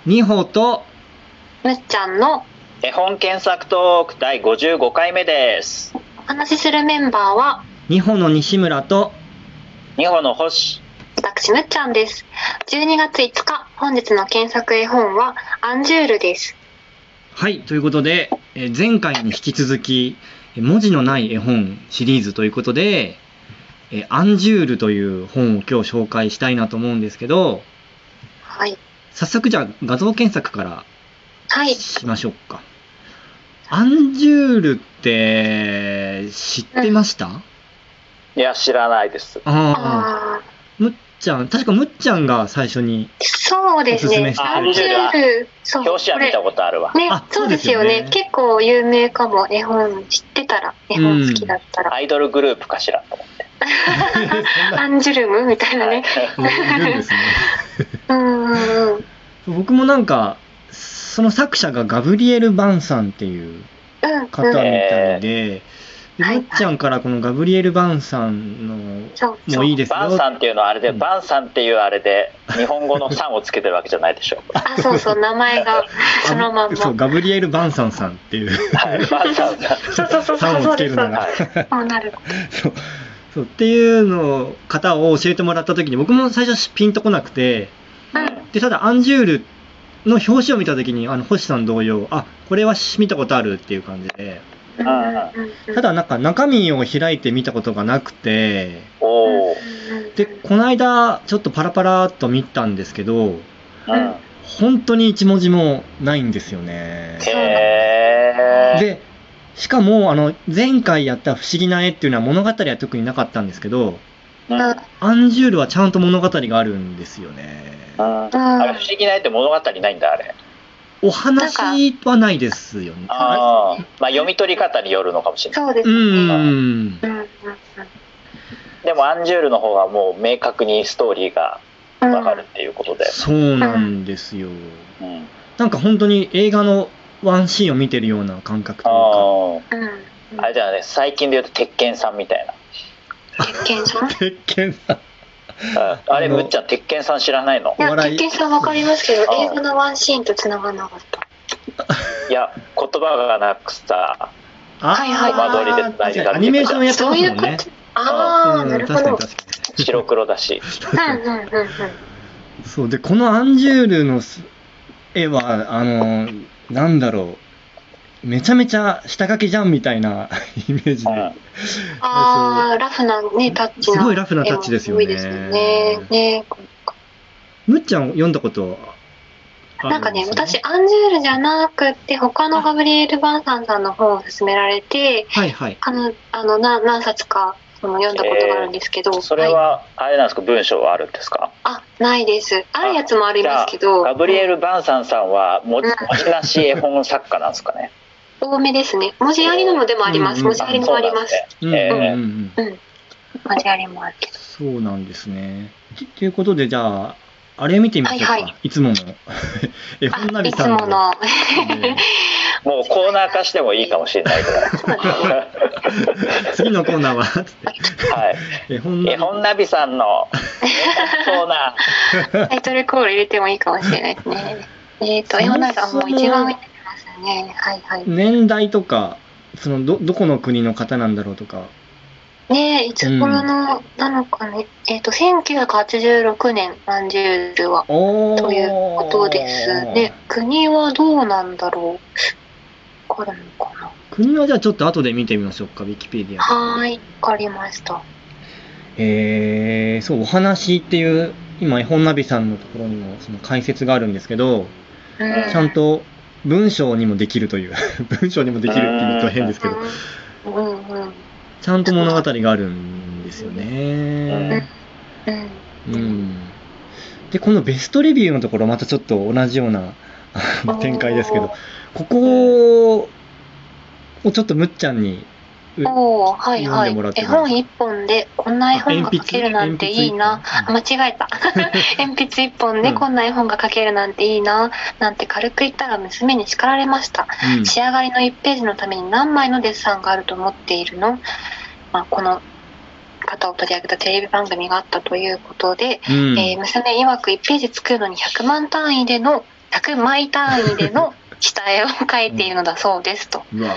みほとむっちゃんの絵本検索トーク第55回目です。 お話しするメンバーはみほの西村とみほの星、 私むっちゃんです。12月5日本日の検索絵本はアンジュールです。 はい、ということで前回に引き続き文字のない絵本シリーズということでアンジュールという本を今日紹介したいなと思うんですけど、 はい、 早速じゃあ画像検索からはい、 しましょうか。アンジュールって知ってました？ いや知らないです。 あむっちゃん、確かむっちゃんが最初にそうですね。 アンジュールは表紙は見たことあるわ。 ね、そうですよね。結構有名かも。絵本知ってたら、絵本好きだったら、 アイドルグループかしらと思って。 アンジュルムみたいなね。 いるんですね。 うん、 僕もなんかその作者がガブリエル・バンさんっていう方みたいで、むっちゃんからこのガブリエル・バンさんのもいいですよ。 バンさんっていうのはあれで、バンさんっていうあれで日本語のさんをつけてるわけじゃないでしょ。 あ、そうそう、名前がそのまんま。 そうガブリエル・バンさんさんっていうバンさんさんをつけるならそうっていうの方を教えてもらった時に僕も最初ピンとこなくて、でただアンジュールの表紙を見た時に星さん同様、あ、これは見たことあるっていう感じで、ただなんか中身を開いて見たことがなくて、でこの間ちょっとパラパラっと見たんですけど、本当に一文字もないんですよね。でしかも前回やった不思議な絵っていうのは物語は特になかったんですけど、アンジュールはちゃんと物語があるんですよね。 あれ不思議な絵って物語ないんだあれ。 お話はないですよね。 まあ読み取り方によるのかもしれない。 そうですね。 でもアンジュールの方はもう明確にストーリーがわかるっていうことで。 そうなんですよ。なんか本当に映画のワンシーンを見てるような感覚というか。 あれだよね、最近で言うと鉄拳さんみたいな。 鉄拳さん？ 鉄拳さん。 あれむっちゃん鉄拳さん知らないの？ いや鉄拳さんわかりますけど、映画のワンシーンと繋がらなかった。 いや言葉がなくさ、 はいはいはい、 アニメーションやってますもんね。 ああ、なるほど。 白黒だし。 そうで、このアンジュールの絵はなんだろう、めちゃめちゃ下書きじゃんみたいなイメージで、 ラフなねタッチ、 すごいラフなタッチですよね。むっちゃん読んだことなんかね、私アンジュールじゃなくて他のガブリエル・バンサンさんの本を勧められて、何冊か読んだことがあるんですけど、 それはあれなんですか、文章はあるんですか？ ないです。あるやつもありますけど、 ガブリエル・バンサンさんは文字なし絵本作家なんですかね？ 多めですね。文字ありのもでもあります。文字ありもあります。文字ありもあるけど。 そうなんですね。ということで、じゃああれ見てみましょうか。いつもの絵本ナビさんの。 もうコーナー化してもいいかもしれないぐらい。 次のコーナーは絵本ナビさんのコーナー。タイトルコール入れてもいいかもしれないですね。絵本ナビさんもう一番上に出てますよね。 年代とかどこの国の方なんだろうとか。 いつ頃のなのかね。1986年アンジュールはということですね。国はどうなんだろう。わかるのかな。 国はじゃあちょっと後で見てみましょうか、ウィキペディア。 わかりました。 そう、お話っていう今絵本ナビさんのところにもその解説があるんですけど、ちゃんと文章にもできるという文章にもできるって言うと変ですけど。ちゃんと物語があるんですよね。でこのベストレビューのところまたちょっと同じような展開ですけど、ここをちょっとむっちゃんに読んでもらって、 絵本一本でこんな絵本が描けるなんていいな。間違えた。鉛筆一本でこんな絵本が描けるなんていいななんて軽く言ったら娘に叱られました。仕上がりの1ページのために何枚のデッサンがあると思っているの？この方を取り上げたテレビ番組があったということで、娘曰く1ページ作るのに100万単位での 100枚単位での下絵を描いているのだそうですと。 うわ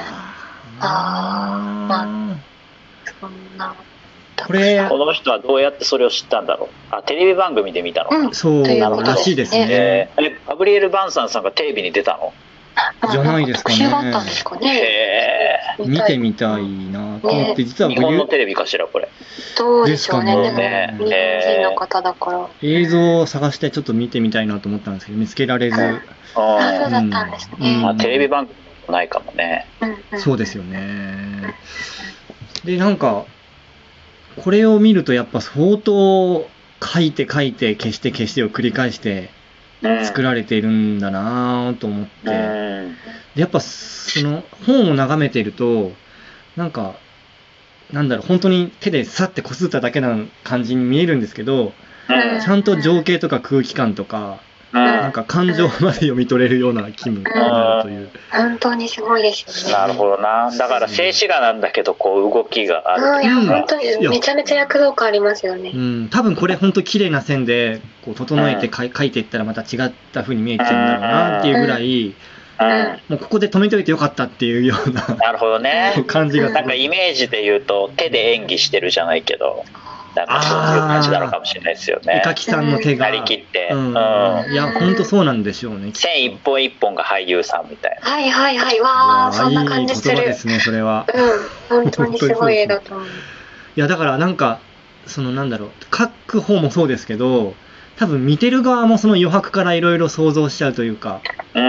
まあそんな。 これこの人はどうやってそれを知ったんだろう。あ、テレビ番組で見たのか。 そうらしいですね。 ガブリエル・バンサンさんがテレビに出たのじゃないですかね。 特集があったんですかね。 見てみたいなと思って、実は日本のテレビかしらこれ。 どうでしょうね。 ですかね、日本人の方だから。 映像を探してちょっと見てみたいなと思ったんですけど見つけられず。 そうだったんですね。 テレビ番組もないかもね。 そうですよね。でなんかこれを見るとやっぱ相当書いて消してを繰り返して作られているんだなと思って、でやっぱその本を眺めているとなんかなんだろう本当に手でさってこすっただけな感じに見えるんですけど、ちゃんと情景とか空気感とかなんか感情まで読み取れるような気分になるという。 本当にすごいですよね。 なるほどな。だから静止画なんだけどこう動きがある。 本当にめちゃめちゃ躍動感ありますよね。 多分これ本当綺麗な線でこう整えて描いていったらまた違った風に見えちゃうんだろうなっていうぐらい、もうここで止めておいてよかったっていうような。 なるほどね。 感じがなんかイメージで言うと手で演技してるじゃないけど。なんかそういう感じなのかもしれないですよね。 絵描きさんの手がなりきって、 いや本当そうなんでしょうね。 線一本一本が俳優さんみたいな。 はいはいはい、わあそんな感じする。 いい言葉ですねそれは。 本当にすごい絵だと思う。いやだからなんかそのなんだろう書く方もそうですけど、多分見てる側もその余白からいろいろ想像しちゃうというか、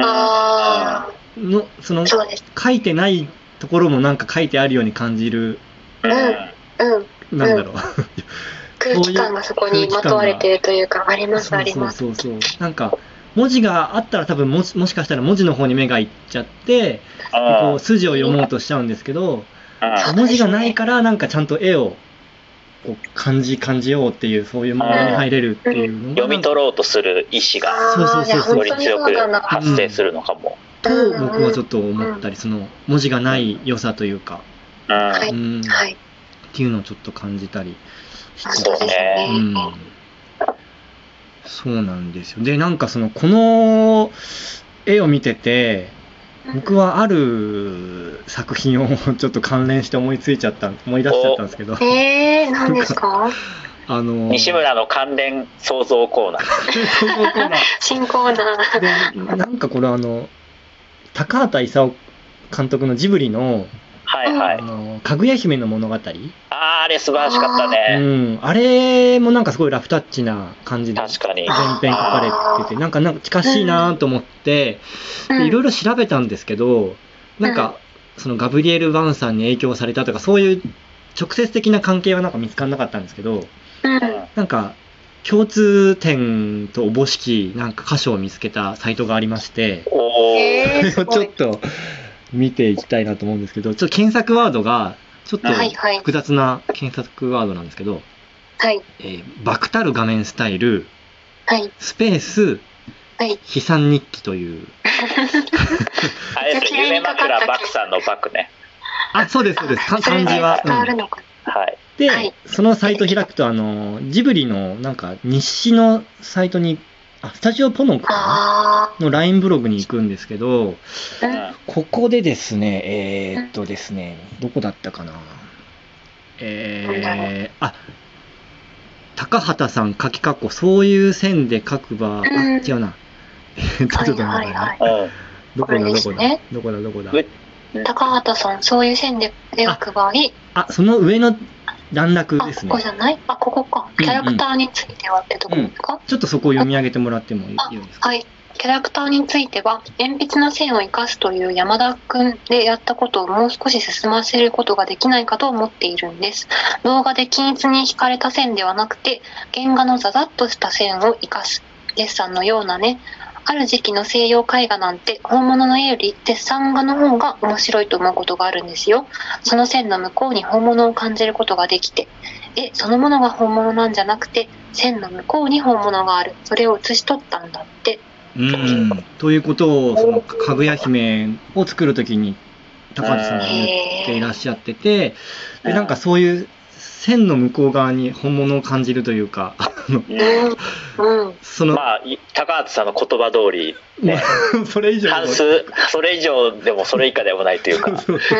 その書いてないところもなんか書いてあるように感じる。なんだろう空気感がそこにまとわれてるというかありますあります。 そうなんか文字があったら多分もしかしたら文字の方に目がいっちゃってこう筋を読もうとしちゃうんですけど、文字がないからなんかちゃんと絵をこう感じようっていうそういうものに入れるっていうのが読み取ろうとする意思がより強く発生するのかも。 と僕はちょっと思ったり、その文字がない良さというか。っていうのをちょっと感じたりして、そうなんですよ。でなんかそのこの絵を見てて僕はある作品をちょっと関連して思い出しちゃったんですけど。 何ですか？ 西村の関連想像コーナー。 新コーナー。でなんかこれ高畑勲監督のジブリのかぐや姫の物語。 あれ素晴らしかったね。 あれもなんかすごいラフタッチな感じで確かに全編書かれててなんか近しいなと思っていろいろ調べたんですけど、なんかそのガブリエル・バンさんに影響されたとかそういう直接的な関係はなんか見つからなかったんですけど、なんか共通点とおぼしきなんか箇所を見つけたサイトがありまして、それをちょっと見ていきたいなと思うんですけど、ちょっと検索ワードがちょっと複雑な検索ワードなんですけど、バクたる画面スタイル、スペース、悲惨日記というあれですよ、夢枕バクさんのバクね。 そうです漢字は。でそのサイト開くとジブリのなんか日誌のサイトにスタジオポノかの LINE ブログに行くんですけど、ここでですねですねどこだったかな、高畑さん書き括弧そういう線で書く場違うなちょっと待ってどこだ高畑さんそういう線で書く場合その上の段落ですね。 ここじゃない？ここか。キャラクターについてはってところですか？ ちょっとそこを読み上げてもらってもいいですか？ キャラクターについては鉛筆の線を生かすという山田くんでやったことをもう少し進ませることができないかと思っているんです。動画で均一に引かれた線ではなくて原画のザザッとした線を生かすデッサンのようなね。ある時期の西洋絵画なんて本物の絵よりデッサン画の方が面白いと思うことがあるんですよ。その線の向こうに本物を感じることができて、絵そのものが本物なんじゃなくて線の向こうに本物がある。それを写し取ったんだって。 ということをそのかぐや姫を作るときに高橋さんが言っていらっしゃってて、でなんかそういう線の向こう側に本物を感じるというかそのまあ高畑さんの言葉通り、ね、 それ以上半数それ以上でもそれ以下でもないというか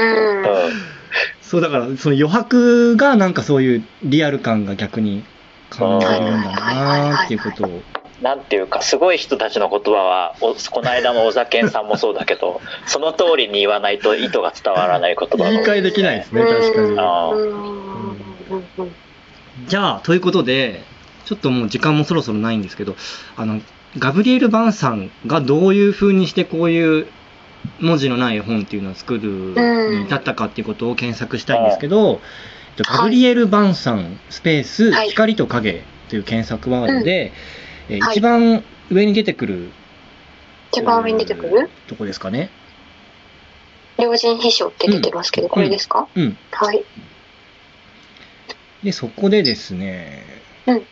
そうだからその余白がなんかそういうリアル感が逆に感じるんだなっていうことを。 なんていうかすごい人たちの言葉はこの間の小酒さんもそうだけどその通りに言わないと意図が伝わらない言葉言い換えできないですね、確かに。じゃあということでちょっともう時間もそろそろないんですけど、ガブリエル・バンさんがどういう風にしてこういう文字のない絵本っていうのを作るに至ったかっていうことを検索したいんですけど、ガブリエル・バンさんスペース光と影という検索ワードで、一番上に出てくるとこですかね。 両人秘書って出てますけど、これですか？はい。 でそこでですね、読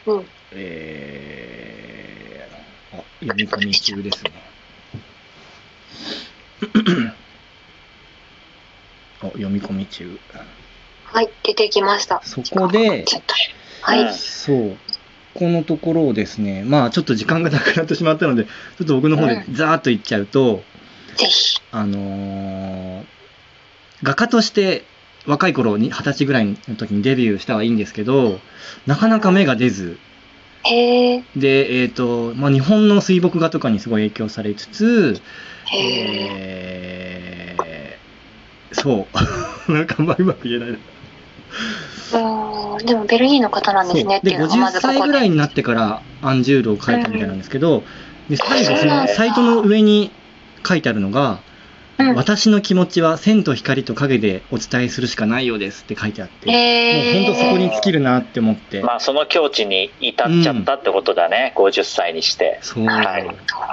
み込み中ですね。読み込み中。 はい、出てきました。 そこで、 はい、 そうこのところをですね、まあちょっと時間がなくなってしまったので、ちょっと僕の方でザーッと言っちゃうと、 ぜひ画家として若い頃に20歳ぐらいの時にデビューしたはいいんですけど、なかなか芽が出ず、で、まあ、日本の水墨画とかにすごい影響されつつ、そうなんかあんまりうまく言えないな。 でもベルギーの方なんですねっていうのがまずここで。 50歳ぐらいになってからアンジュールを描いたみたいなんですけど、で最後そのサイトの上に書いてあるのが、私の気持ちは線と光と影でお伝えするしかないようですって書いてあって、もう本当そこに尽きるなって思って、 まあその境地に至っちゃったってことだね、50歳にして。 そう、 はい